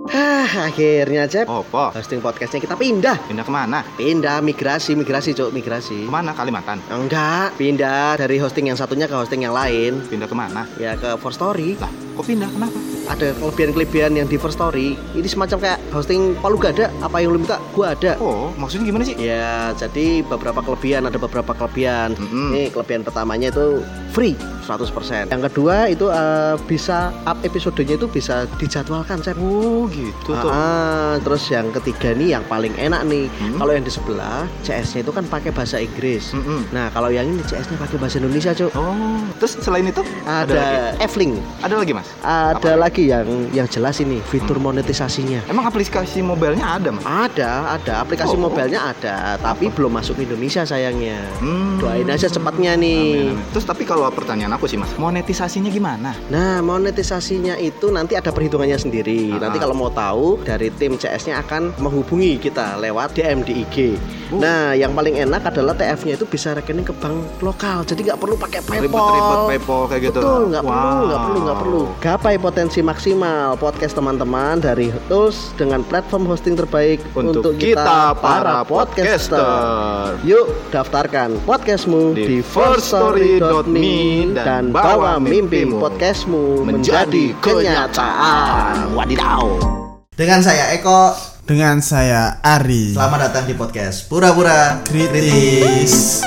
Akhirnya Cep, Apa? hosting podcastnya kita pindah. Pindah kemana? Pindah, migrasi Cuk, migrasi. Kemana? Kalimantan? Enggak, pindah dari hosting yang satunya ke hosting yang lain. Pindah kemana? Ya ke First Story. Lah, kok pindah? Kenapa? Ada kelebihan-kelebihan yang di First Story. Ini semacam kayak hosting Palu Gada. Apa yang lu minta, gua ada. Oh, maksudnya gimana sih? Ya, jadi ada beberapa kelebihan. Ini kelebihan pertamanya itu free 100%. Yang kedua itu bisa up episodenya itu bisa dijadwalkan, Cep. Oh, gitu tuh. Terus yang ketiga nih yang paling enak nih. Kalau yang di sebelah CS-nya itu kan pakai bahasa Inggris. Nah, kalau yang ini CS-nya pakai bahasa Indonesia, Cuk. Oh, terus selain itu Ada F-Link. Ada lagi, Mas? Ada lagi yang jelas ini fitur monetisasinya. Emang aplikasi mobilenya ada, Mas? Ada aplikasi mobilnya ada, tapi belum masuk Indonesia sayangnya. Doain aja cepatnya nih. Amin. Terus tapi kalau pertanyaan aku sih, Mas, monetisasinya gimana? Nah, monetisasinya itu nanti ada perhitungannya sendiri. Nanti kalau mau tahu dari tim CS-nya akan menghubungi kita lewat DM di IG. Nah, yang paling enak adalah TF-nya itu bisa rekening ke bank lokal. Jadi nggak perlu pakai PayPal. Ribet PayPal kayak gitu. Betul, nggak perlu. Gapai potensi maksimal podcast teman-teman dari Tools dengan platform hosting terbaik untuk kita para podcaster. Yuk daftarkan podcastmu di firststory.me dan bawa mimpi podcastmu menjadi kenyataan. Wadidaw. Dengan saya Eko. Dengan saya Ari. Selamat datang di podcast Pura-Pura Kritis.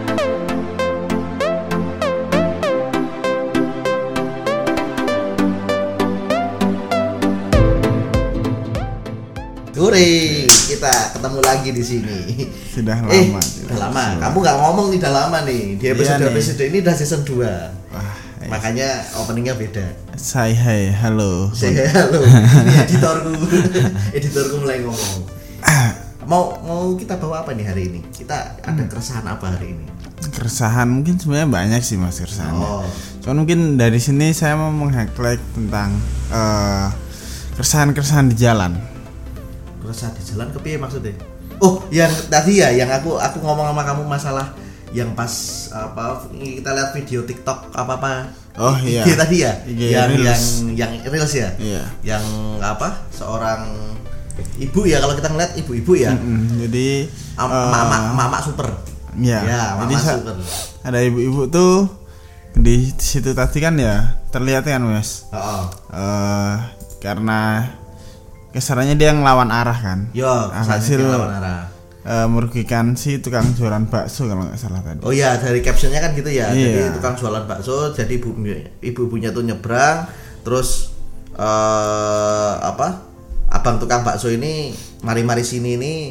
Hore, kita ketemu lagi di sini. Sudah lama. Sudah lama. Kamu nggak ngomong nih, udah lama nih. Di episode ini udah season 2. Makanya openingnya beda. Say hi, halo. Say hi, halo. Ini editorku mulai ngomong. Mau kita bawa apa nih hari ini? Kita ada keresahan apa hari ini? Keresahan mungkin sebenarnya banyak sih Mas keresahannya. Cuman mungkin dari sini saya mau meng-highlight tentang keresahan-keresahan di jalan. Keresahan di jalan kepiye maksudnya? Oh, yang tadi ya, yang aku ngomong sama kamu masalah yang pas kita lihat video TikTok apa. Oh iya. IG tadi ya? Yang Reels ya? Iya. Yang seorang ibu ya, kalau kita ngeliat ibu-ibu ya. Jadi mama super. Iya. Ya, mama super. Ada ibu-ibu tuh di situ tadi kan ya terlihat kan Mas. Karena kesarannya dia ngelawan arah kan. Hasil ngelawan arah. Merugikan si tukang jualan bakso kalau nggak salah tadi. Oh ya, dari captionnya kan gitu ya. Iya. Jadi tukang jualan bakso, jadi ibu-ibunya tuh nyebrang, terus abang tukang bakso ini mari sini nih.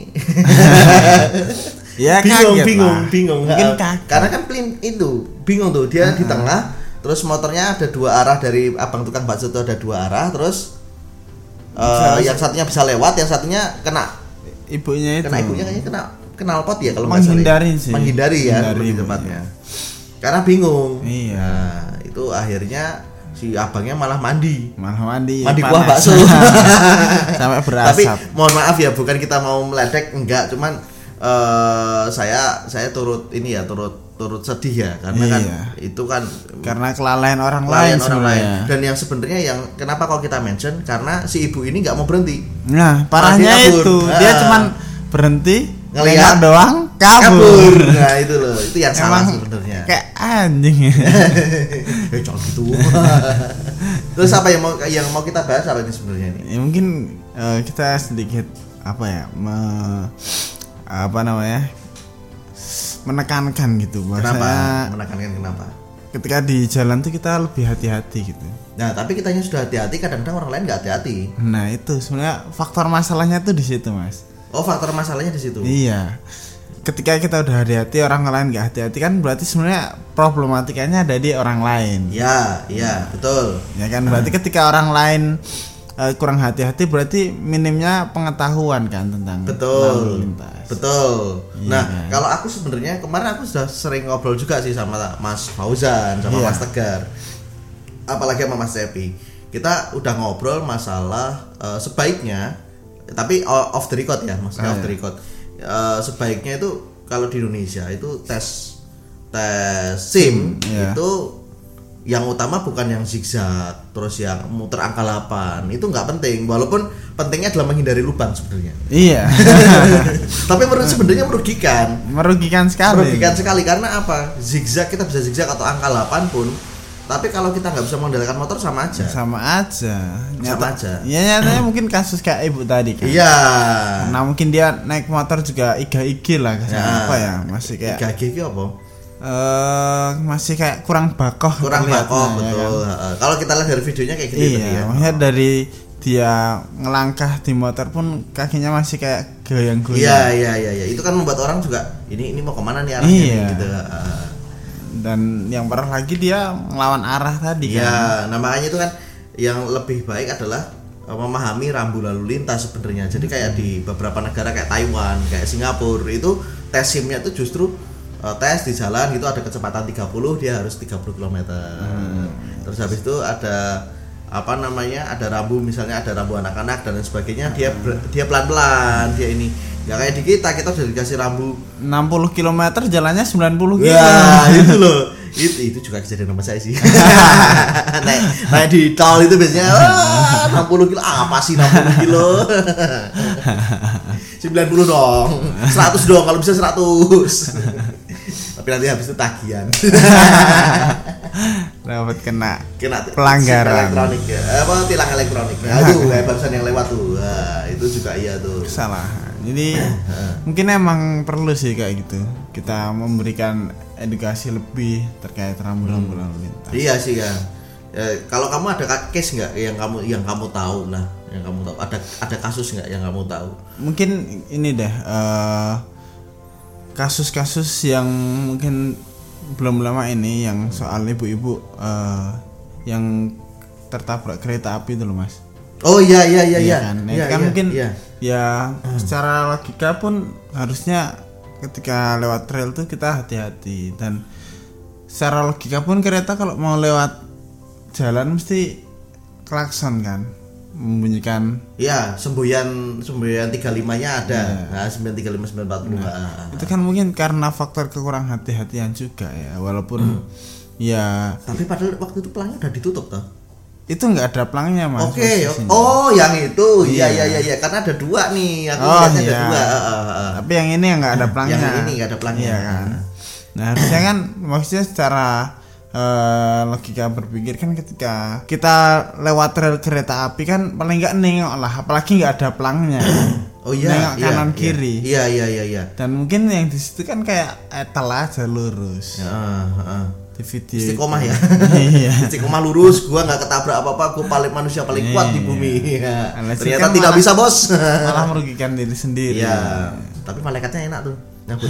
Ya bingung. Mungkin kaget. Karena kan bingung tuh dia di tengah, terus motornya ada 2 arah, dari abang tukang bakso itu ada 2 arah, terus yang satunya bisa lewat, yang satunya kena ibunya kayaknya kena knalpot ya kalau menghindari ya di tempatnya. Karena bingung. Iya. Nah, itu akhirnya si abangnya malah mandi kuah panas. bakso. Sampai berasap. Tapi mohon maaf ya, bukan kita mau meledek, enggak, cuman saya turut sedih ya, karena kan itu kan karena kelalaian orang lain. Dan yang sebenarnya yang kenapa kalau kita mention, karena si ibu ini nggak mau berhenti. Nah, parahnya itu dia cuman berhenti ngelihat doang kabur. Nah, itu loh, itu yang salah sebenarnya. Kayak anjing. Jangan gitu. Terus apa yang mau kita bahas apa ini sebenarnya ini? Ya, mungkin kita sedikit menekankan gitu bahwasanya. Menekankan kenapa? Ketika di jalan tuh kita lebih hati-hati gitu. Nah, tapi kitanya sudah hati-hati, kadang-kadang orang lain nggak hati-hati. Nah, itu sebenarnya faktor masalahnya tuh di situ, Mas. Oh, faktor masalahnya di situ. Iya. Ketika kita udah hati-hati, orang lain nggak hati-hati, kan berarti sebenarnya problematikanya ada di orang lain. Iya, betul. Ya kan, berarti ketika orang lain kurang hati-hati, berarti minimnya pengetahuan kan tentang lalu lintas. Betul. Iya, Nah, kan? kalau aku sebenarnya kemarin aku sudah sering ngobrol juga sih sama Mas Fauzan, sama Mas Tegar, apalagi sama Mas Cepi. Kita udah ngobrol masalah sebaiknya, tapi off the record ya, maksudnya off the record. Sebaiknya itu kalau di Indonesia itu tes SIM itu yang utama bukan yang zigzag terus yang muter angka 8 itu nggak penting, walaupun pentingnya adalah menghindari lubang sebenarnya. Iya. Tapi sebenarnya merugikan sekali karena apa, zigzag kita bisa zigzag atau angka 8 pun, tapi kalau kita nggak bisa mengendalikan motor sama aja. Ya nyatanya mungkin kasus kayak ibu tadi kan. Iya. Nah mungkin dia naik motor juga iga-igi lah apa ya, masih kayak iga-igi apa? Masih kayak kurang bakoh betul ya kan? Kalau kita lihat dari videonya kayak gitu ya. Maksudnya dari dia ngelangkah di motor pun kakinya masih kayak goyang-goyang. Iya. Itu kan membuat orang juga ini mau kemana nih arahnya gitu. Dan yang parah lagi dia ngelawan arah tadi kan. Iya, nah makanya itu kan yang lebih baik adalah memahami rambu lalu lintas sebenarnya. Jadi kayak di beberapa negara kayak Taiwan, kayak Singapura itu tes SIM-nya itu justru tes di jalan gitu ada kecepatan 30, dia harus 30 km. Terus habis itu ada ada rambu, misalnya ada rambu anak-anak dan lain sebagainya, dia pelan-pelan, dia ini nggak kayak di kita udah dikasih rambu 60 km jalannya 90 km. Ya itu loh, itu juga kejadian sama saya sih. naik di tol itu biasanya 60 kilo, apa sih 60 kilo? 90 dong, 100 dong kalau bisa 100. Tapi nanti habis itu tagihan. Dapat kena pelanggaran elektronik ya. Tilang elektronik. Aduh, kayak barusan yang lewat tuh. Wah, itu juga iya tuh. Kesalahan. Jadi mungkin emang perlu sih kayak gitu. Kita memberikan edukasi lebih terkait rambu-rambu lalu lintas. Iya sih ya. Kalau kamu ada case nggak yang kamu tahu ada kasus nggak yang kamu tahu? Mungkin ini deh. Kasus-kasus yang mungkin belum lama ini yang soal ibu-ibu yang tertabrak kereta api itu loh Mas. Oh iya. Kan? Mungkin secara logika pun harusnya ketika lewat trail tuh kita hati-hati, dan secara logika pun kereta kalau mau lewat jalan mesti klakson kan, membunyikan. Iya, semboyan 35-nya ada. Nah, 935 940. Itu kan mungkin karena faktor kekurang hati-hatian juga ya, walaupun ya. Tapi padahal waktu itu pelangnya udah ditutup toh. Itu enggak ada pelangnya Mas. Oke. Oh, yang itu. Iya. Karena ada dua nih. Aku lihatnya ada dua. Tapi yang ini enggak ada pelangnya. Yang ini enggak ada pelangnya. Iya kan. Nah, harusnya kan maksudnya secara logika berpikir kan ketika kita lewat rel kereta api kan paling enggak nengok lah, apalagi enggak ada pelangnya. Oh iya, nengok kanan kiri. Iya. Dan mungkin yang di situ kan kayak etal aja lurus. Di video istiqomah ya. Iya. Istiqomah lurus, gua enggak ketabrak apa-apa, gua paling manusia paling kuat di bumi. Ternyata kan tidak bisa, Bos. Malah merugikan diri sendiri. Iya. Tapi malaikatnya enak tuh. Nyambut.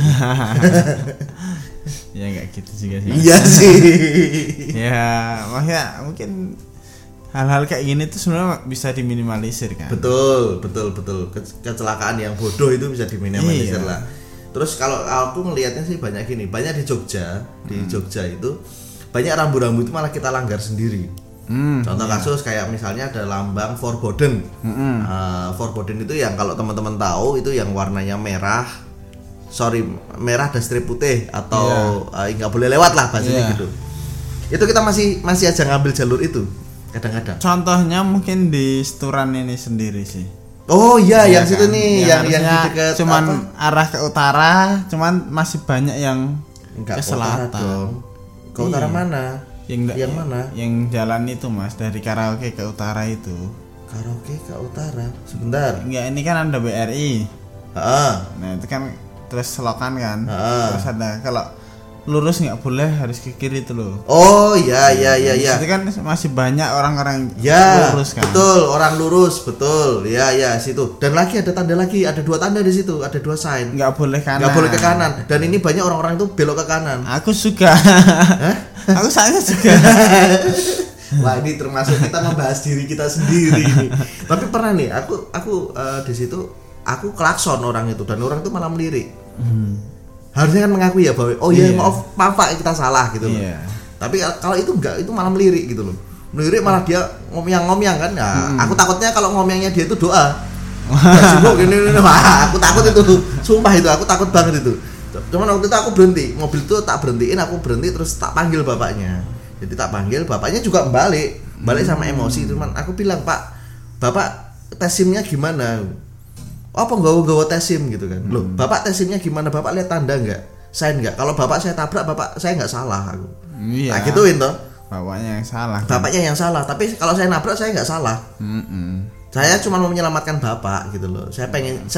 Ya enggak gitu juga sih. Iya sih. Ya, makanya mungkin hal-hal kayak gini tuh sebenarnya bisa diminimalisir kan. Betul. Kecelakaan yang bodoh itu bisa diminimalisir lah. Terus kalau aku ngelihatnya sih banyak di Jogja, itu banyak rambu-rambu itu malah kita langgar sendiri. Contoh kasus kayak misalnya ada lambang forbidden. Forbidden itu yang kalau teman-teman tahu itu yang warnanya merah dan strip putih atau nggak boleh lewat lah bahasanya gitu. Itu kita masih aja ngambil jalur itu kadang-kadang. Contohnya mungkin di Sturan ini sendiri sih. Oh iya, yang situ nih, yang di dekat cuman arah ke utara, cuman masih banyak yang ke selatan. Ke utara mana? Yang mana? Yang jalan itu Mas, dari Karaoke ke utara itu. Karaoke ke utara. Sebentar. Enggak, ini kan ada BRI. Nah, itu kan terus selokan kan. Terus ada kalau lurus nggak boleh, harus ke kiri itu loh. Oh iya. Itu kan masih banyak orang-orang lurus kan. Betul, orang lurus, betul. Ya situ. Dan lagi ada tanda lagi, ada 2 tanda di situ, ada 2 sign. Nggak boleh kanan. Nggak boleh ke kanan. Dan ini banyak orang-orang itu belok ke kanan. Aku suka. Aku sayangnya juga. Wah, ini termasuk kita membahas diri kita sendiri ini. Tapi pernah nih, aku di situ aku klakson orang itu dan orang itu malah melirik. Harusnya kan mengakui ya bahwa maaf Pak, kita salah gitu loh. Tapi kalau itu enggak, itu malah melirik gitu loh. Melirik malah dia ngomyang kan. Nah, aku takutnya kalau ngomyangnya dia itu doa. Sibuk gini. Wah, aku takut itu. Sumpah itu aku takut banget itu. Cuman waktu itu aku berhenti, mobil itu tak berhentiin, aku berhenti terus tak panggil bapaknya. Jadi tak panggil, bapaknya juga balik sama emosi. Cuman aku bilang, Pak, Bapak tes SIM-nya gimana? Apa nggawa tes SIM gitu kan? Loh, Bapak tes SIM-nya gimana? Bapak lihat tanda nggak? Sign nggak? Kalau Bapak saya tabrak, Bapak saya nggak salah aku. Iya. Nah gituin toh. Bapaknya yang salah. Bapaknya yang salah. Tapi kalau saya nabrak saya nggak salah. Saya cuma mau menyelamatkan Bapak gitu loh. Saya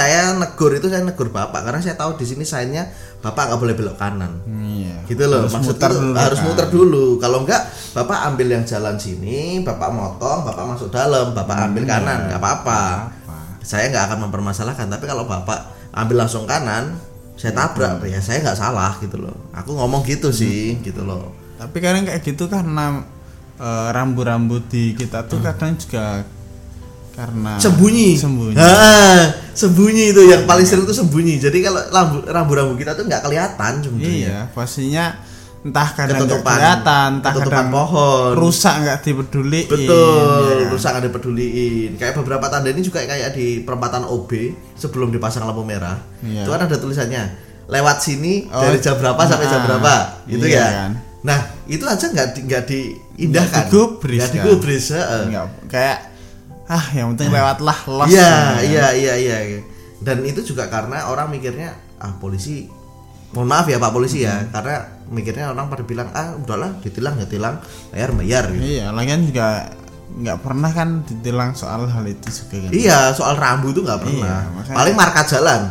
negur Bapak karena saya tahu di sini sign-nya Bapak nggak boleh belok kanan. Iya. Gitu loh. Maksudnya harus muter dulu. Kalau enggak, Bapak ambil yang jalan sini, Bapak motong, Bapak masuk dalam, Bapak ambil kanan, nggak apa-apa. Saya nggak akan mempermasalahkan. Tapi kalau Bapak ambil langsung kanan, saya tabrak, ya saya nggak salah gitu loh. Aku ngomong gitu sih, gitu loh. Tapi kadang kayak gitu karena rambu-rambu di kita tuh kadang juga karena sembunyi. Sembunyi itu yang paling sering itu sembunyi. Jadi kalau rambu-rambu kita tuh nggak kelihatan sebenarnya. Iya, pastinya entah kadang nggak Ketutupan, kelihatan, entah kadang pohon, rusak nggak dipeduliin. Betul, ya. Rusak nggak dipeduliin. Kayak beberapa tanda ini juga kayak di perempatan OB sebelum dipasang lampu merah. Iya. Itu kan ada tulisannya lewat sini dari jam berapa sampai jam berapa, gitu iya, ya. Kan? Nah itu aja nggak diindahkan, nggak digubris, kayak yang penting lewatlah los. Iya. Dan itu juga karena orang mikirnya polisi, mohon maaf ya Pak polisi ya, karena mikirnya orang pada bilang udahlah ditilang ya tilang, bayar gitu. Iya, lagian juga nggak pernah kan ditilang soal hal itu juga kan. Iya, soal rambu itu nggak pernah. Iya, paling marka jalan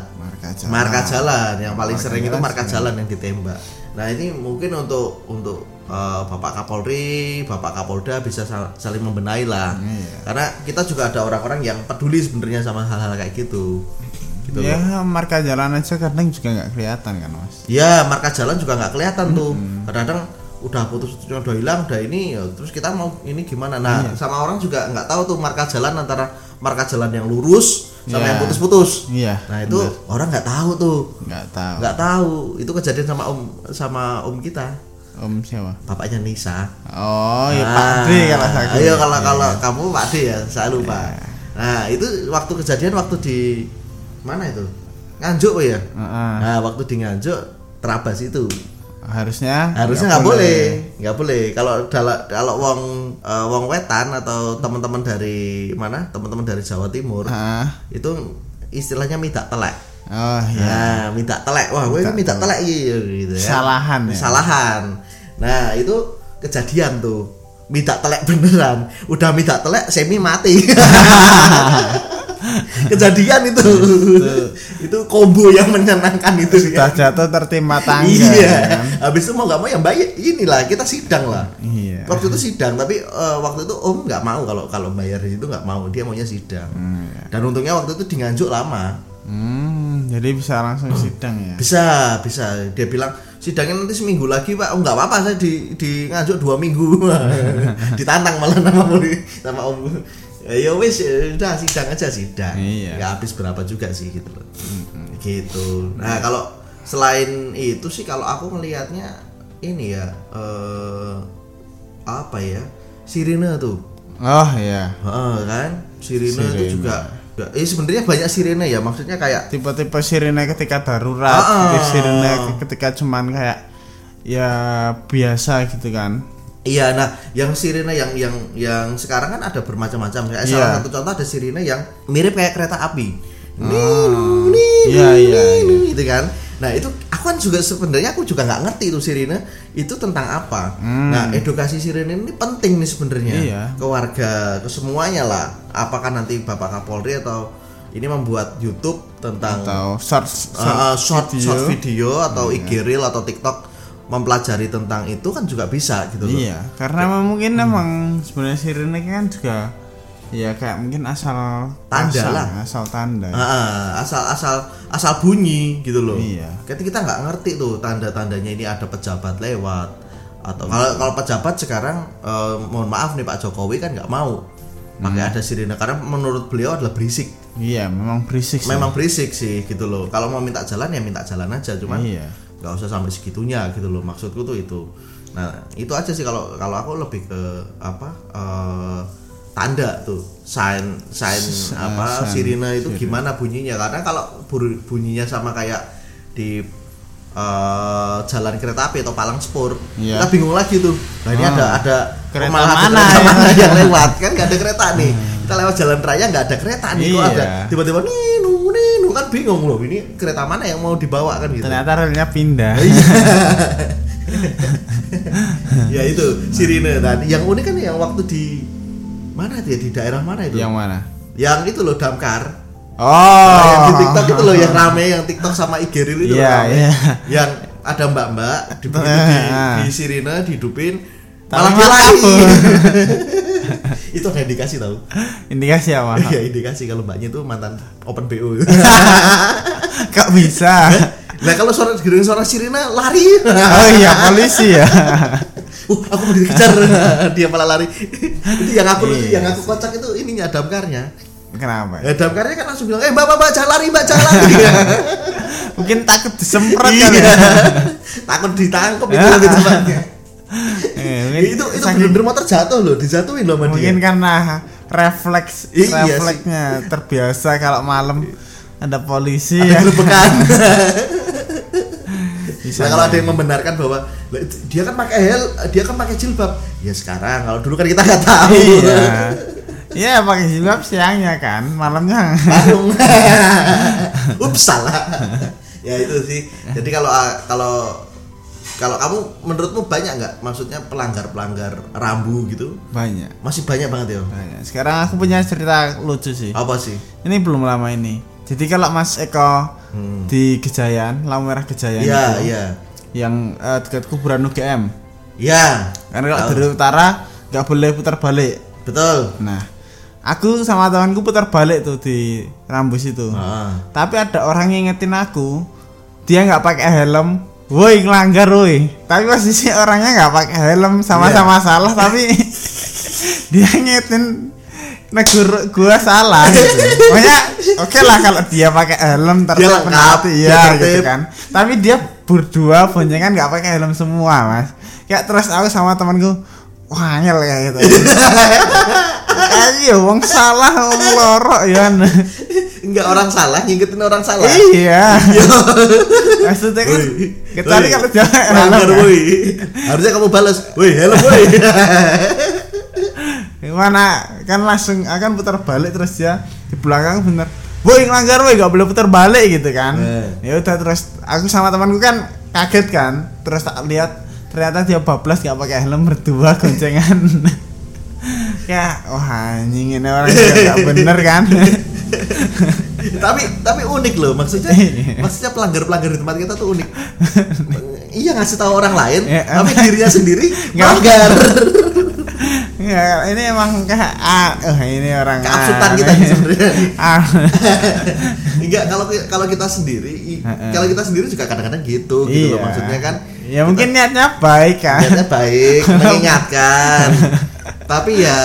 yang paling marka sering itu marka juga. jalan yang ditembak. Nah ini mungkin untuk Bapak Kapolri, Bapak Kapolda bisa saling membenahi lah. Iya. Karena kita juga ada orang-orang yang peduli sebenarnya sama hal-hal kayak gitu. Gitu ya loh. marka jalan aja kadang juga nggak kelihatan kan Mas. Ya marka jalan juga nggak kelihatan tuh. Kadang-kadang udah putus, udah hilang, udah ini ya, terus kita mau ini gimana? Nah sama orang juga nggak tahu tuh marka jalan antara marka jalan yang lurus sama yang putus-putus. Iya. Nah itu orang nggak tahu tuh. Nggak tahu. Itu kejadian sama om kita. Om siapa? Bapaknya Nisa. Oh ya Pak D kalau saya. Ayo kalau kamu Pak D ya, saya lupa. Nah itu waktu kejadian waktu di mana itu? Nganjuk ya. Nah waktu di Nganjuk Terabas itu. Harusnya nggak boleh. Kalau wong wetan atau teman-teman dari mana? Teman-teman dari Jawa Timur itu istilahnya minta telek. Oh iya. Nah, minta telek. Wah, gue minta telek gitu ya. Salahan. Nah, itu kejadian tuh. Minta telek beneran. Udah minta telek semi mati. Kejadian itu. Itu combo yang menyenangkan itu. Sudah jatuh tertimpa tangga. Iya. Kan? Habis itu mau enggak mau yang bayar inilah kita sidang lah. Iya. Waktu itu sidang, tapi waktu itu Om nggak mau kalau bayar itu nggak mau, dia maunya sidang. Iya. Dan untungnya waktu itu di Nganjuk lama. Jadi bisa langsung sidang ya? Bisa. Dia bilang sidangnya nanti seminggu lagi Pak. Oh nggak apa-apa, saya di Nganjuk 2 minggu. Ditantang malah sama Om. Ya wis udah sidang aja. Iya. Ya habis berapa juga sih gitu loh. Gitu. Nah kalau selain itu sih kalau aku ngelihatnya ini ya apa ya, sirine tuh. Oh iya. Kan sirine itu juga. Sebenarnya banyak sirene ya, maksudnya kayak tipe-tipe sirene ketika darurat, sirene ketika cuman kayak ya biasa gitu kan. Iya, nah yang sirene yang sekarang kan ada bermacam-macam. Kayak salah satu contoh ada sirene yang mirip kayak kereta api. Iya. Gitu kan. Nah itu aku kan juga sebenarnya aku juga nggak ngerti itu sirene itu tentang apa. Nah edukasi sirene ini penting nih sebenarnya ke warga, ke semuanya lah. Apakah nanti Bapak Kapolri atau ini membuat YouTube tentang atau short video atau IG Reel atau TikTok mempelajari tentang itu kan juga bisa gitu loh. Iya, karena mungkin emang sebenarnya sirene kan juga ya kayak mungkin asal tanda. Asal bunyi gitu loh. Iya. Kita nggak ngerti tuh tanda-tandanya ini ada pejabat lewat atau kalau pejabat sekarang mohon maaf nih Pak Jokowi kan nggak mau pakai ada sirine karena menurut beliau adalah berisik. Iya, memang berisik. Memang berisik sih gitu loh. Kalau mau minta jalan ya minta jalan aja, cuman nggak usah sampai segitunya gitu loh. Maksudku tuh itu. Nah itu aja sih kalau aku lebih ke tanda tuh sign sirine itu gimana bunyinya, karena kalau bunyinya sama kayak di jalan kereta api atau palang spur, Iya. kita bingung lagi tuh. Nah ini ada Kereta malah mana kereta ya? mana yang lewat kan nggak ada kereta nih. Kita lewat jalan raya nggak ada kereta nih, kok Iya. ada tiba-tiba ninu kan bingung loh, ini kereta mana yang mau dibawa kan gitu. Ternyata relnya pindah. Ya itu sirine tadi. Yang unik kan yang waktu di mana dia, di daerah mana itu? Yang mana? Yang itu loh damkar. Oh. Nah, yang di TikTok itu loh yang rame, yang TikTok sama IG Reel itu Iya, loh rame. iya. Yang ada mbak-mbak di sirine dihidupin Malah malah dia lari. kabur. Itu ada indikasi tahu. Indikasi apa? Iya, indikasi kalau mbaknya itu mantan open BO. Kok bisa? Nah, kalau suara sirine lari. Oh iya, polisi ya. Aku mau dikejar. Dia malah lari. Itu yang aku kocak itu ininya damkarnya. Kenapa? Ya damkarnya kan langsung bilang, mbak jangan lari, mbak jangan lari. Mungkin takut disemprot Iya. kali ya. Takut ditangkap itu lebih tepatnya. Itu bener-bener motor jatuh loh, dijatuhin loh sama dia. Mungkin karena Iya refleksnya terbiasa kalau malam ada polisi ada ya. gerebekan. Bisa Nah, kalau ada jadi. yang membenarkan bahwa dia kan pakai jilbab. Ya sekarang, kalau dulu kan kita nggak tahu. Iya. Iya, pakai jilbab siangnya kan, malamnya. Barung. Ups, salah. Ya itu sih. Jadi kalau kamu menurutmu banyak nggak, maksudnya pelanggar rambu gitu? Banyak. Masih banyak banget ya. Banyak. Sekarang aku punya cerita lucu sih. Apa sih? Ini belum lama ini. Jadi kalau Mas Eko di Gejayan, lampu merah Gejayan Iya, itu, iya. yang dekat kuburan UGM. Iya. Karena kalau dari utara nggak boleh putar balik. Betul. Nah, aku sama temanku putar balik tuh di Rambus itu. Tapi ada orang yang ngingetin aku, dia nggak pakai helm. Woi, ngelanggar woi. Tapi posisi orangnya nggak pakai helm, sama-sama salah tapi dia ngingetin negur gua salah gitu. Pokoknya oke lah kalau dia pakai helm Dia lengkap, iya dia gitu tertib. kan. Tapi dia berdua boncengan nggak pakai helm semua, Mas. Kayak terus aku sama temanku, wah angel kayak gitu. Ayo wong salah wong lorok ya. Enggak, orang salah ngingetin orang salah. Iya. Maksudnya kan kecuali kalau dia melanggar helm, woi. Harusnya kamu balas, woi helm woi. Gimana kan langsung akan putar balik terus dia di belakang bener. Woi ngelanggar woi, gak boleh putar balik gitu kan. Ya udah terus aku sama temanku kan kaget kan. Terus tak lihat ternyata dia bablas gak pakai helm, berdua goncengan. Ya, wah anjing ini orang juga gak bener kan. tapi unik loh, maksudnya pelanggar di tempat kita tuh unik. Iya, ngasih tahu orang lain, tapi dirinya sendiri melanggar. Ya, ini emang kayak ini orang keabsurdan kita nih sebenarnya. Enggak, kalau kita sendiri juga kadang-kadang gitu loh, maksudnya kan. Ya mungkin niatnya baik kan. Niatnya baik, mengingatkan. Tapi ya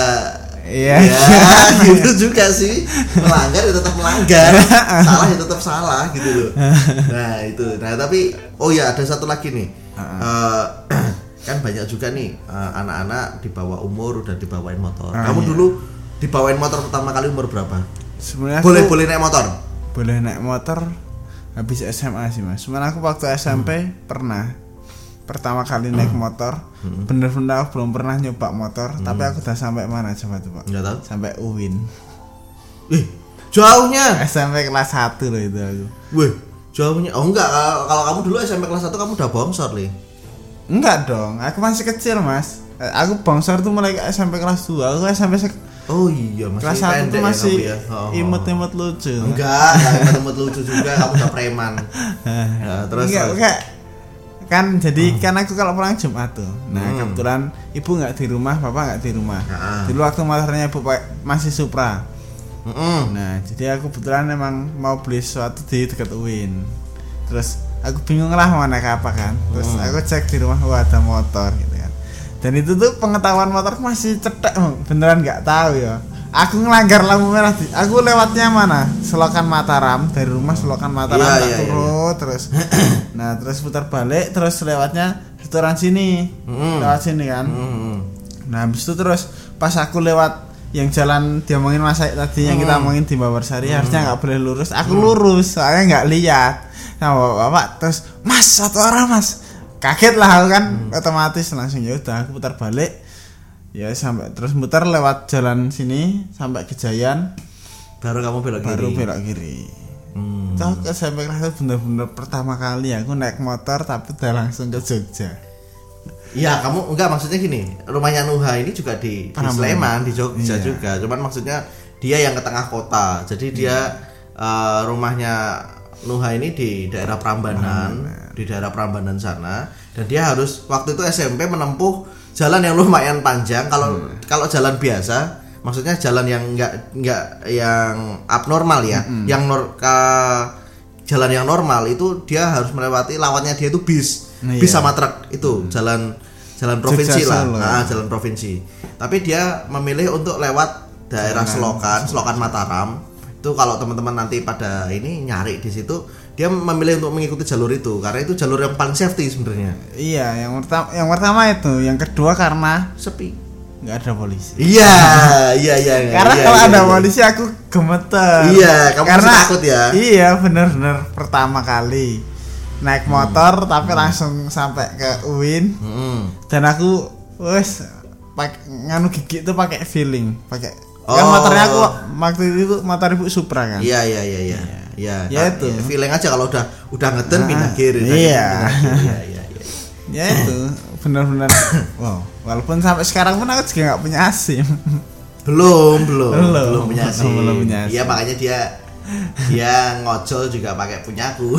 gitu juga sih. Melanggar ya tetap melanggar, salah ya tetap salah gitu loh. Nah itu. Nah tapi ada satu lagi nih. Kan banyak juga nih anak-anak di bawah umur udah dibawain motor. Kamu dulu dibawain motor pertama kali umur berapa? Sebenarnya boleh naik motor? Boleh naik motor habis SMA sih Mas. Cuman aku waktu SMP pernah pertama kali naik motor, bener-bener belum pernah nyoba motor, tapi aku udah sampai mana coba tuh Pak? Nggak tahu. Sampai UIN. Jauhnya. SMP kelas 1 loh itu aku. Wih, jauhnya. Oh enggak, kalau kamu dulu SMP kelas 1 kamu udah bongsor nih. Enggak dong, aku masih kecil Mas. Aku bongsor tuh mulai SMP kelas 2. Aku SMP Oh iya, masih kelas 1 tuh masih ya, imut-imut lucu. Enggak imut lucu juga, kamu udah preman. Nah, terus kan jadi kan aku kalau pulang Jumat tuh. Nah, kebetulan ibu nggak di rumah, bapak nggak di rumah. Dulu waktu motornya ibu masih Supra. Nah, jadi aku kebetulan emang mau beli sesuatu di dekat UIN. Terus aku bingung lah mau naik apa kan. Terus aku cek di rumah, wah ada motor gitu kan. Dan itu tuh pengetahuan motor masih cetek, beneran nggak tahu ya. Aku ngelanggar lampu merah. Aku lewatnya mana? Selokan Mataram, dari rumah Selokan Mataram terus. Nah, terus putar balik terus lewatnya restoran sini. Lewat sini kan. Nah, habis itu terus pas aku lewat yang jalan diomongin Mas Said tadi yang kita omongin di Bawarsari, harusnya nggak boleh lurus. Aku lurus, soalnya nggak lihat. sama bapak terus mas satu arah mas, kaget lah aku kan, otomatis langsung ya udah aku putar balik ya sampai terus muter lewat jalan sini sampai Kejayaan baru kamu belok kiri. Tahu ke SMP kelas bener-bener pertama kali aku naik motor tapi udah langsung ke Jogja. Iya, kamu enggak maksudnya gini, rumahnya Nuha ini juga di Sleman, di Jogja juga. Cuman maksudnya dia yang ke tengah kota. Jadi dia rumahnya Nuha ini di daerah Prambanan, di daerah Prambanan sana. Dan dia harus waktu itu SMP menempuh jalan yang lumayan panjang. Kalau jalan biasa, maksudnya jalan yang enggak yang abnormal ya, jalan yang normal itu dia harus melewati lawannya dia itu bis sama truk itu jalan provinsi lah, jalan provinsi. Tapi dia memilih untuk lewat daerah Selokan Mataram. Itu kalau teman-teman nanti pada ini nyari di situ, dia memilih untuk mengikuti jalur itu karena itu jalur yang paling safety sebenarnya. Iya, yang pertama itu, yang kedua karena sepi. Nggak ada polisi. Iya. Karena kalau ada polisi aku gemeter. Iya, kamu karena takut ya. Iya, bener-bener pertama kali naik motor tapi langsung sampai ke UIN. Dan aku wes nganu gigi itu pakai feeling, pakai kan motornya aku waktu itu motor Ibu Supra kan. Iya. Ya itu. Feeling aja kalau udah ngeden pindah kiri. Iya. Ya itu benar-benar wow, walaupun sampai sekarang pun aku juga nggak punya SIM. Belum punya SIM. Iya, makanya dia ngojol juga pakai punyaku.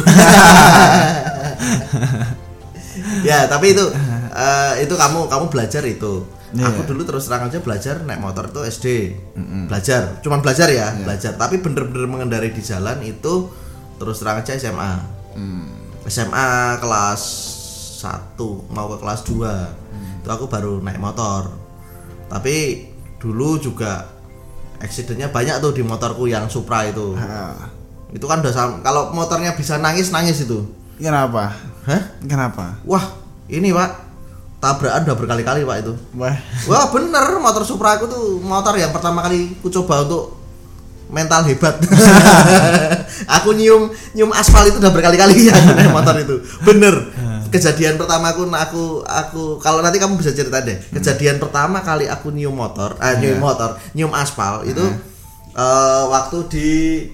Ya, tapi itu kamu belajar itu. Aku dulu terus terang aja belajar naik motor itu SD. Cuman belajar ya, belajar. Tapi bener-bener mengendarai di jalan itu terus terang aja SMA. SMA kelas 1 mau ke kelas 2 itu aku baru naik motor. Tapi dulu juga accidentnya banyak tuh di motorku yang Supra itu. Itu kan udah kalau motornya bisa nangis itu. Kenapa? Kenapa? Wah, ini Pak, tabrakan udah berkali-kali Pak itu. Wah bener, motor Supra aku tuh motor yang pertama kali aku coba untuk mental hebat. Aku nyium aspal itu udah berkali-kali ya naik motor itu. Bener. Kejadian pertama aku kalau nanti kamu bisa cerita deh. Kejadian pertama kali aku nyium aspal itu waktu di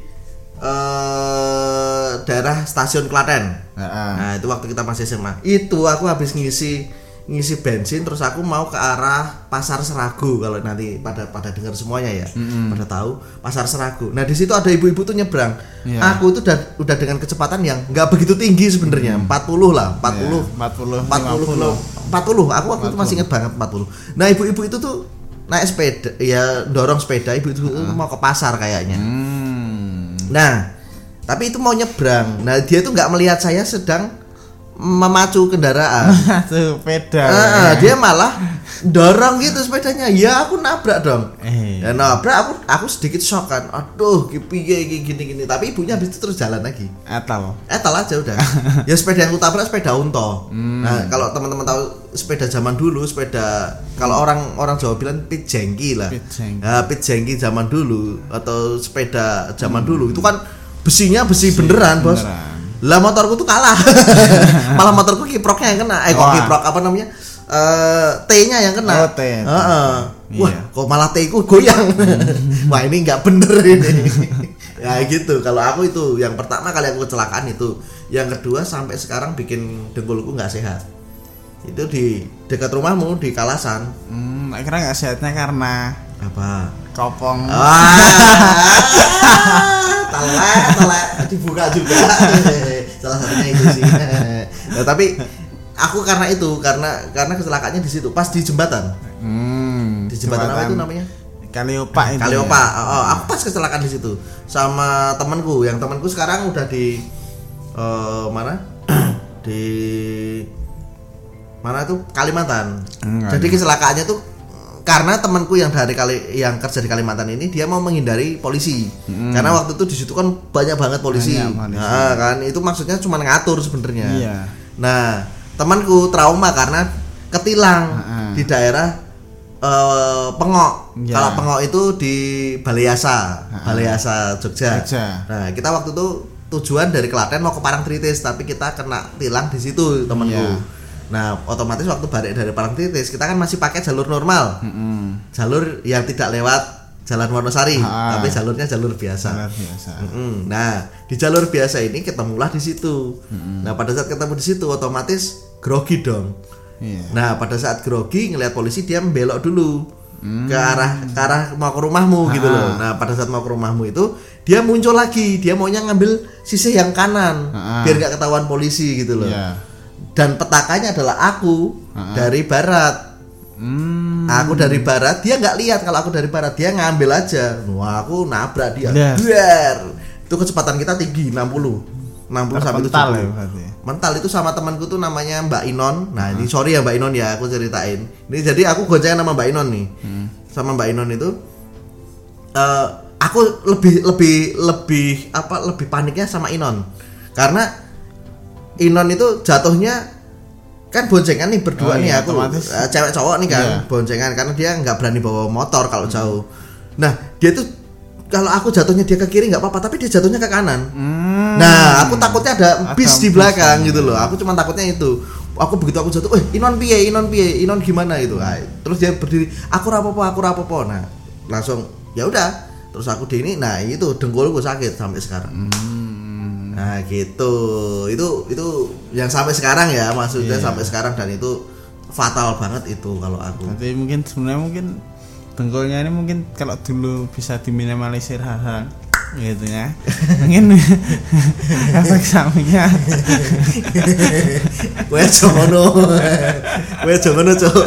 daerah stasiun Klaten. Nah, itu waktu kita masih SMA. Itu aku habis ngisi bensin terus aku mau ke arah Pasar Seragu, kalau nanti pada dengar semuanya ya. Pada tahu Pasar Seragu. Nah, di situ ada ibu-ibu tuh nyebrang. Aku itu udah dengan kecepatan yang enggak begitu tinggi sebenarnya, 40 lah, 40. Aku waktu itu masih ingat banget 40. Nah, ibu-ibu itu tuh naik sepeda, ya dorong sepeda, ibu itu mau ke pasar kayaknya. Nah, tapi itu mau nyebrang. Nah, dia tuh enggak melihat saya sedang memacu kendaraan. Sepeda. Dia malah dorong gitu sepedanya. Ya aku nabrak dong. Ya nabrak aku sedikit shock kan. Aduh, piye gini. Tapi ibunya habis itu terus jalan lagi. Etal aja udah. Ya sepeda yang aku tabrak sepeda unto. Nah, kalau teman-teman tahu sepeda zaman dulu, kalau orang Jawa bilang pit jengki lah. Pit jengki zaman dulu atau sepeda zaman dulu itu kan besinya besi beneran, Bos. Lah motorku tuh kalah. Malah motorku kiproknya yang kena. Kiprok apa namanya? T-nya yang kena. Wah, kok malah T-ku goyang. Wah, ini enggak bener ini. Ya gitu. Kalau aku itu yang pertama kali aku kecelakaan itu. Yang kedua sampai sekarang bikin dengkulku enggak sehat. Itu di dekat rumahmu di Kalasan. Akhirnya enggak sehatnya karena apa? Kopong. Telek dibuka juga. Salah satunya itu sih. Nah, tapi aku karena kecelakaannya di situ pas di jembatan. Di jembatan apa itu namanya? Kaliopak. Aku pas kecelakaan di situ sama temanku. Yang temanku sekarang udah di mana? Di mana tuh? Kalimantan. Jadi kecelakaannya tuh karena temanku yang kerja di Kalimantan ini dia mau menghindari polisi. Karena waktu itu di situ kan banyak banget polisi. Nah, kan itu maksudnya cuma ngatur sebenarnya. Nah, temanku trauma karena ketilang di daerah Pengok. Kalau Pengok itu di Balai Asa Jogja. Nah, kita waktu itu tujuan dari Klaten mau ke Parangtritis, tapi kita kena tilang di situ temanku. Iya. Nah, otomatis waktu balik dari Parangtritis kita kan masih pakai jalur normal. Jalur yang tidak lewat Jalan Wonosari, tapi jalurnya jalur biasa. Nah, di jalur biasa ini ketemulah di situ. Nah, pada saat ketemu di situ otomatis grogi dong. Nah, pada saat grogi ngelihat polisi dia membelok dulu ke arah mau ke rumahmu gitu loh. Nah, pada saat mau ke rumahmu itu dia muncul lagi, dia maunya ngambil sisi yang kanan biar nggak ketahuan polisi gitu loh. Dan petakannya adalah aku dari barat. Aku dari barat, dia nggak lihat kalau aku dari barat, dia ngambil aja. Wah, aku nabrak dia. Biar itu kecepatan kita tinggi 60 sampai 70. Mental itu sama temanku tuh namanya Mbak Inon. Nah, ini sorry ya Mbak Inon ya, aku ceritain. Ini jadi aku goncengan sama Mbak Inon nih. Sama Mbak Inon itu aku lebih paniknya sama Inon. Karena Inon itu jatuhnya kan boncengan nih berdua nih, aku cewek cowok nih kan, boncengan karena dia nggak berani bawa motor kalau jauh. Nah, dia tuh kalau aku jatuhnya dia ke kiri nggak apa-apa, tapi dia jatuhnya ke kanan. Nah, aku takutnya ada bis di belakang gitu loh. Aku cuma takutnya itu. Aku begitu aku jatuh, Inon piye, Inon gimana gitu. Nah, terus dia berdiri, aku rapopo. Nah, langsung ya udah. Terus aku di ini, nah itu dengkulku sakit sampai sekarang. Nah gitu, itu yang sampai sekarang ya, maksudnya sampai sekarang, dan itu fatal banget itu kalau aku. Tapi sebenarnya dengkulnya ini mungkin kalau dulu bisa diminimalisir hal-hal gitu ya. Mungkin efek sampingnya. Kowe jono cok.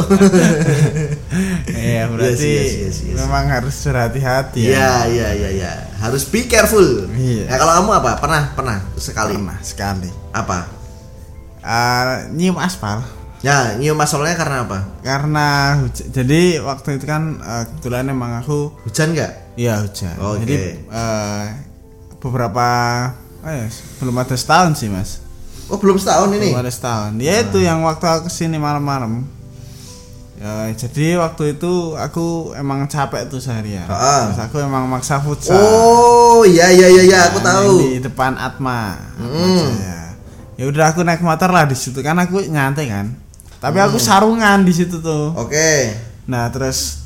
Iya berarti yes. Memang harus berhati-hati ya. Iya. Harus be careful. Iya. Nah, kalau kamu apa? Pernah sekali. Apa? Nyium aspal. Ya, nyium aspalnya karena apa? Karena jadi waktu itu kan kebetulan emang aku hujan nggak? Iya hujan. Okay. Jadi beberapa belum ada setahun sih mas. Oh belum setahun ini? Belum ada setahun. Ya itu yang waktu aku kesini malam-malam. Ya, jadi waktu itu aku emang capek tuh seharian. Terus aku emang maksa futsal. Oh iya aku tahu. Di depan Atma. Ya udah aku naik motor lah di situ kan, aku nyantai kan. Tapi aku sarungan di situ tuh. Oke. Nah terus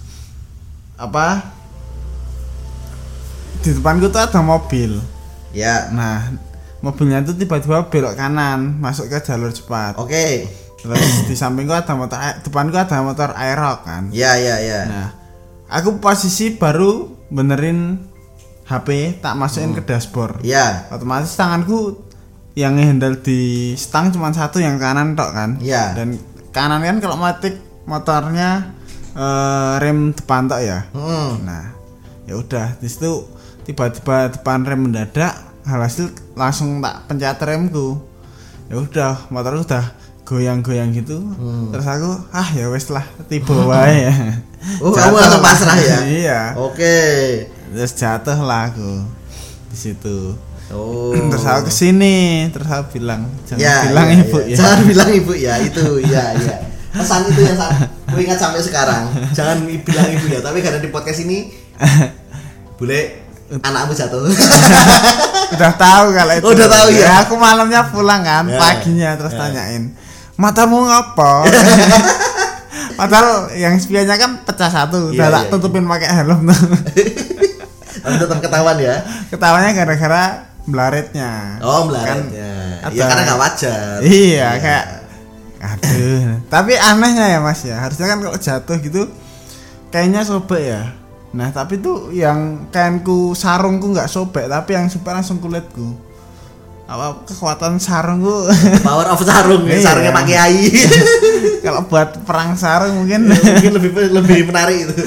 di depanku tuh ada mobil. Ya. Nah mobilnya tuh tiba-tiba belok kanan masuk ke jalur cepat. Oke. Terus di sampingku ada depanku ada motor Aerox kan. Iya. Nah, aku posisi baru benerin HP, tak masukin ke dashboard. Iya. Otomatis tanganku yang handle di stang cuma satu, yang kanan tok kan. Iya. Dan kanan kan kalau matic motornya rem depan tok ya. Nah, ya udah di situ tiba-tiba depan rem mendadak, hasil langsung tak pencet remku. Ya udah, motor udah goyang-goyang gitu. Terus aku ya wes lah, tiba wae ya. Oh, kamu langsung pasrah ya? Iya. Oke. Terus jatuh lah aku di situ. Oh. Terus aku kesini, terus aku bilang jangan bilang ibu ya. Jangan bilang ibu ya, itu iya. Pesan itu yang aku ingat sampai sekarang. Jangan bilang ibu ya, tapi karena di podcast ini boleh anakmu jatuh. Udah tahu kalau itu. Udah tahu ya. Aku malamnya pulang kan, paginya terus tanyain, matamu ngapa? Padahal yang spionnya kan pecah satu, udah tak tutupin pakai helm tuh. Tapi tetap ketahuan ya. Ketawanya gara-gara melaritnya. Oh, melaritnya. Kan, ya karena nggak wajar. Iya, kayak aduh. Tapi anehnya ya Mas ya, harusnya kan kalau jatuh gitu kayaknya sobek ya. Nah tapi tuh yang kainku sarungku nggak sobek, tapi yang sobek langsung kulitku. Apa kekuatan sarungku? Power of sarung ya, sarungnya pakai ai. Kalau buat perang sarung mungkin lebih menarik itu.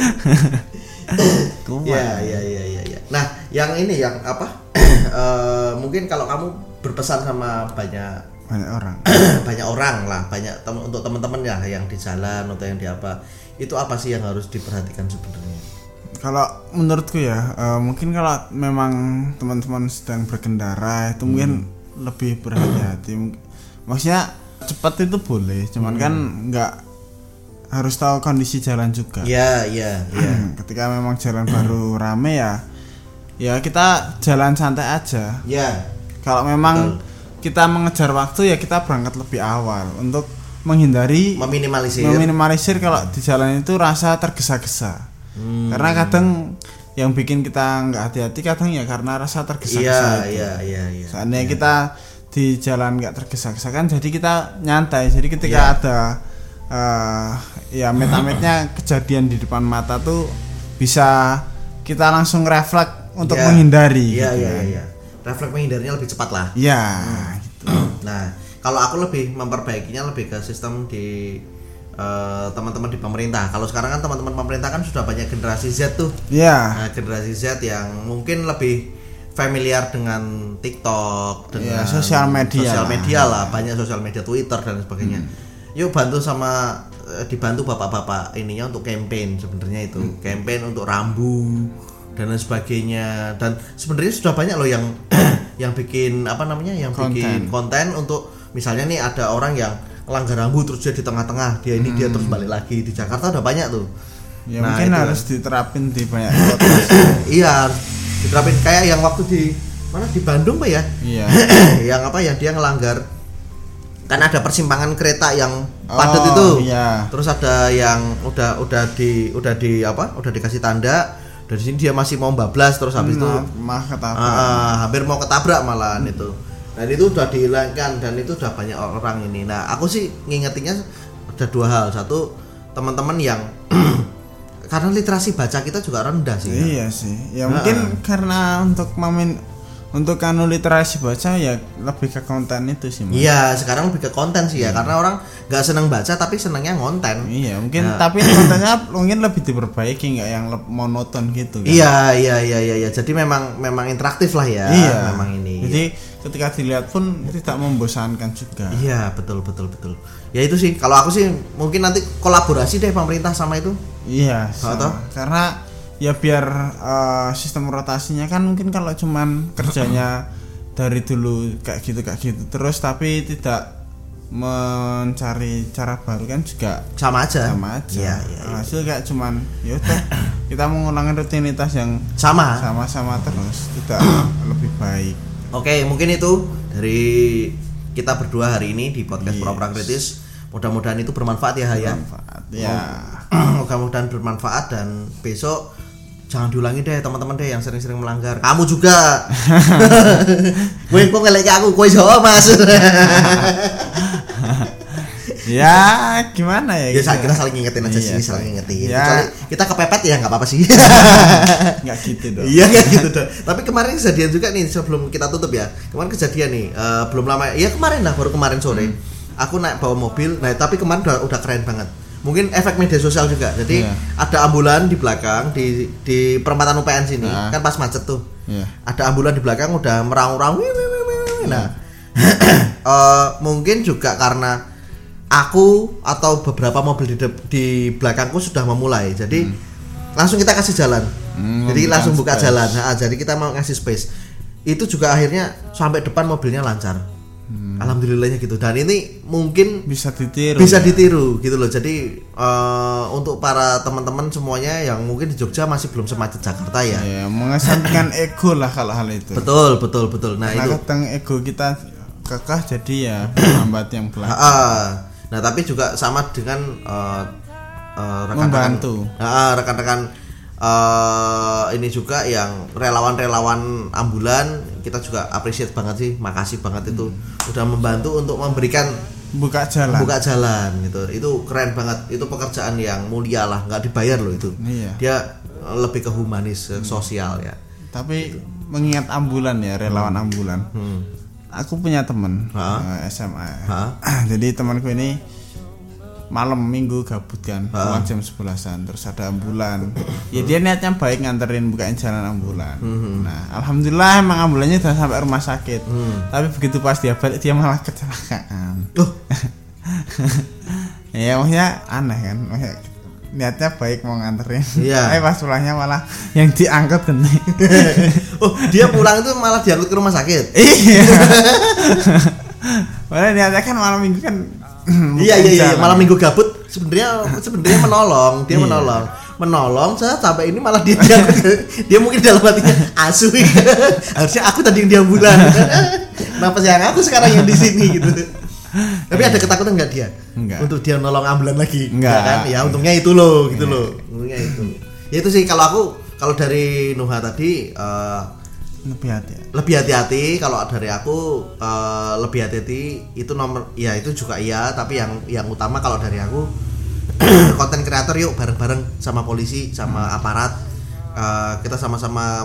Ya. Nah yang ini yang apa? Mungkin kalau kamu berpesan sama banyak orang lah, untuk teman-teman ya yang di jalan atau yang di apa, itu apa sih yang harus diperhatikan sebenarnya? Kalau menurutku ya, mungkin kalau memang teman-teman sedang berkendara itu mungkin lebih berhati-hati. Maksudnya cepat itu boleh, cuman kan nggak harus tahu kondisi jalan juga. Iya. Ketika memang jalan baru rame ya kita jalan santai aja. Iya. Kalau memang kita mengejar waktu ya kita berangkat lebih awal untuk menghindari meminimalisir kalau di jalan itu rasa tergesa-gesa. Karena kadang yang bikin kita nggak hati-hati kadang ya karena rasa tergesa-gesa itu. Iya. Seandainya kita di jalan nggak tergesa-gesa kan, jadi kita nyantai. Jadi ketika ada ya met-metnya kejadian di depan mata tuh bisa kita langsung refleks untuk menghindari. Iya. Refleks menghindarinya lebih cepat lah. Iya. Gitu. Nah, kalau aku lebih memperbaikinya lebih ke sistem di teman-teman di pemerintah. Kalau sekarang kan teman-teman pemerintah kan sudah banyak generasi Z tuh. Iya. Nah, generasi Z yang mungkin lebih familiar dengan TikTok, dengan sosial media lah, banyak sosial media, Twitter dan sebagainya. Yuk dibantu bapak-bapak ininya untuk campaign sebenarnya itu. Campaign untuk rambu dan lain sebagainya. Dan sebenarnya sudah banyak loh yang yang bikin bikin konten untuk misalnya nih ada orang yang langgar rambu terus dia di tengah-tengah, dia terus balik lagi. Di Jakarta udah banyak tuh. Ya mungkin harus diterapin di banyak kota. Iya, diterapin kayak yang waktu di mana di Bandung Pak ya? Iya. yang dia ngelanggar kan ada persimpangan kereta yang padat itu. Iya. Terus ada yang udah dikasih tanda. Dari sini dia masih mau bablas terus habis itu hampir mau ketabrak malahan itu. Dan itu udah dihilangkan dan itu udah banyak orang ini. Nah, aku sih ngingetinnya ada dua hal. Satu, teman-teman yang karena literasi baca kita juga rendah sih. Iya sih. Ya mungkin karena untuk literasi baca ya lebih ke konten itu sih. Iya, sekarang lebih ke konten sih ya, karena orang nggak seneng baca tapi senengnya konten. Iya, mungkin tapi kontennya mungkin lebih diperbaiki, nggak yang monoton gitu kan. Iya. Jadi memang interaktif lah ya. Iya. Memang ini. Jadi ketika dilihat pun tidak membosankan juga. Iya, betul. Ya itu sih. Kalau aku sih mungkin nanti kolaborasi deh pemerintah sama itu. Iya. Karena ya biar sistem rotasinya kan mungkin kalau cuman kerjanya dari dulu kayak gitu terus tapi tidak mencari cara baru kan juga sama aja. Iya. Hasil kayak cuman ya udah kita mengulangi rutinitas yang sama terus tidak lebih baik. Oke, mungkin itu dari kita berdua hari ini di podcast Pura-Pura Kritis. Mudah-mudahan itu bermanfaat ya Haya. Mudah-mudahan bermanfaat dan besok jangan diulangi deh teman-teman deh yang sering-sering melanggar. Kamu juga. Kowe kok ngelek aku, kowe Jawa Mas. Ya gimana ya? Ya kita saling ngingetin aja sih, saling ngingetin. Ya. Kecuali kita kepepet ya nggak apa-apa sih. Nggak gitu dong. Iya nggak gitu dong. Tapi kemarin kejadian juga nih sebelum kita tutup ya. Kemarin kejadian nih belum lama. Ya baru kemarin sore. Aku naik bawa mobil. Nah tapi kemarin udah keren banget. Mungkin efek media sosial juga. Jadi ada ambulan di belakang di perempatan UPN sini. Kan pas macet tuh. Ada ambulan di belakang udah meraung-raung. Nah, mungkin juga karena aku atau beberapa mobil di belakangku sudah memulai. Jadi langsung kita kasih jalan. Jadi langsung buka jalan. Nah, jadi kita mau ngasih space. Itu juga akhirnya sampai depan mobilnya lancar. Alhamdulillahnya gitu. Dan ini mungkin bisa ditiru gitu loh. Jadi untuk para teman-teman semuanya yang mungkin di Jogja masih belum semacet Jakarta ya. Iya, mengesankan ego lah kalau hal itu. Betul. Nah, karena itu kadang ego kita kekeh jadi ya lambat yang belakang. Nah, tapi juga sama dengan rekan-rekan ini juga yang relawan-relawan ambulan, kita juga appreciate banget sih, makasih banget itu udah membantu untuk memberikan buka jalan gitu. Itu keren banget, itu pekerjaan yang mulia lah, nggak dibayar loh itu. Dia lebih ke humanis, sosial ya. Tapi mengingat ambulan ya, relawan ambulan, aku punya teman SMA. Jadi temanku ini malam minggu gabut kan, pulang jam 11-an, terus ada ambulan. Ya dia niatnya baik nganterin bukain jalan ambulan. Nah, alhamdulillah emang ambulannya udah sampai rumah sakit. Tapi begitu pas dia balik dia malah kecelakaan. Ya maksudnya aneh kan, maksudnya niatnya baik mau nganterin. Tapi pas pulangnya malah yang diangkut gini. Dia pulang itu malah diangkut ke rumah sakit. Iya. Padahal niatnya kan malam minggu kan. Iya malam minggu gabut sebenarnya menolong, dia menolong menolong, saya sampai ini malah dia mungkin dalam hatinya asu. Harusnya aku tadi yang di ambulan. Kenapa sih yang aku sekarang yang di sini gitu. Tapi ada ketakutan enggak dia? Enggak. Untuk dia nolong ambulan lagi? Enggak kan? Ya untungnya itu loh gitu loh. Untungnya itu. Ya itu sih kalau dari Nuha tadi lebih hati-hati. Kalau dari aku lebih hati-hati itu nomor ya itu juga iya, tapi yang utama kalau dari aku konten kreator yuk bareng-bareng sama polisi sama aparat, kita sama-sama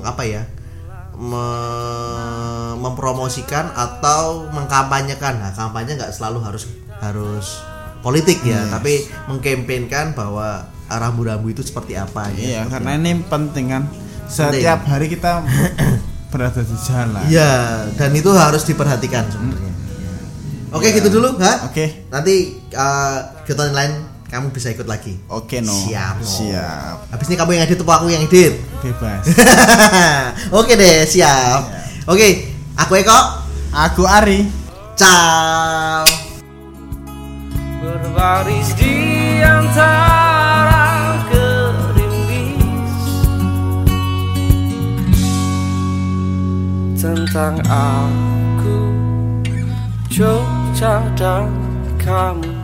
mempromosikan atau mengkampanyekan. Nah, kampanye nggak selalu harus politik ya, tapi mengkampanyekan bahwa rambu-rambu itu seperti apa ya. Iya, karena ini penting kan. Setiap hari kita berada di jalan. Iya, dan itu harus diperhatikan sebenarnya. Oke, gitu dulu, ha? Oke. Nanti kegiatan lain kamu bisa ikut lagi. Oke, no. Siap. Siap. Habis ini kamu yang edit atau aku yang edit? Bebas. Oke deh, siap. Oke, aku Eko. Aku Ari. Ciao. Berbaris di antara gerimis tentang aku, Jogja dan kamu.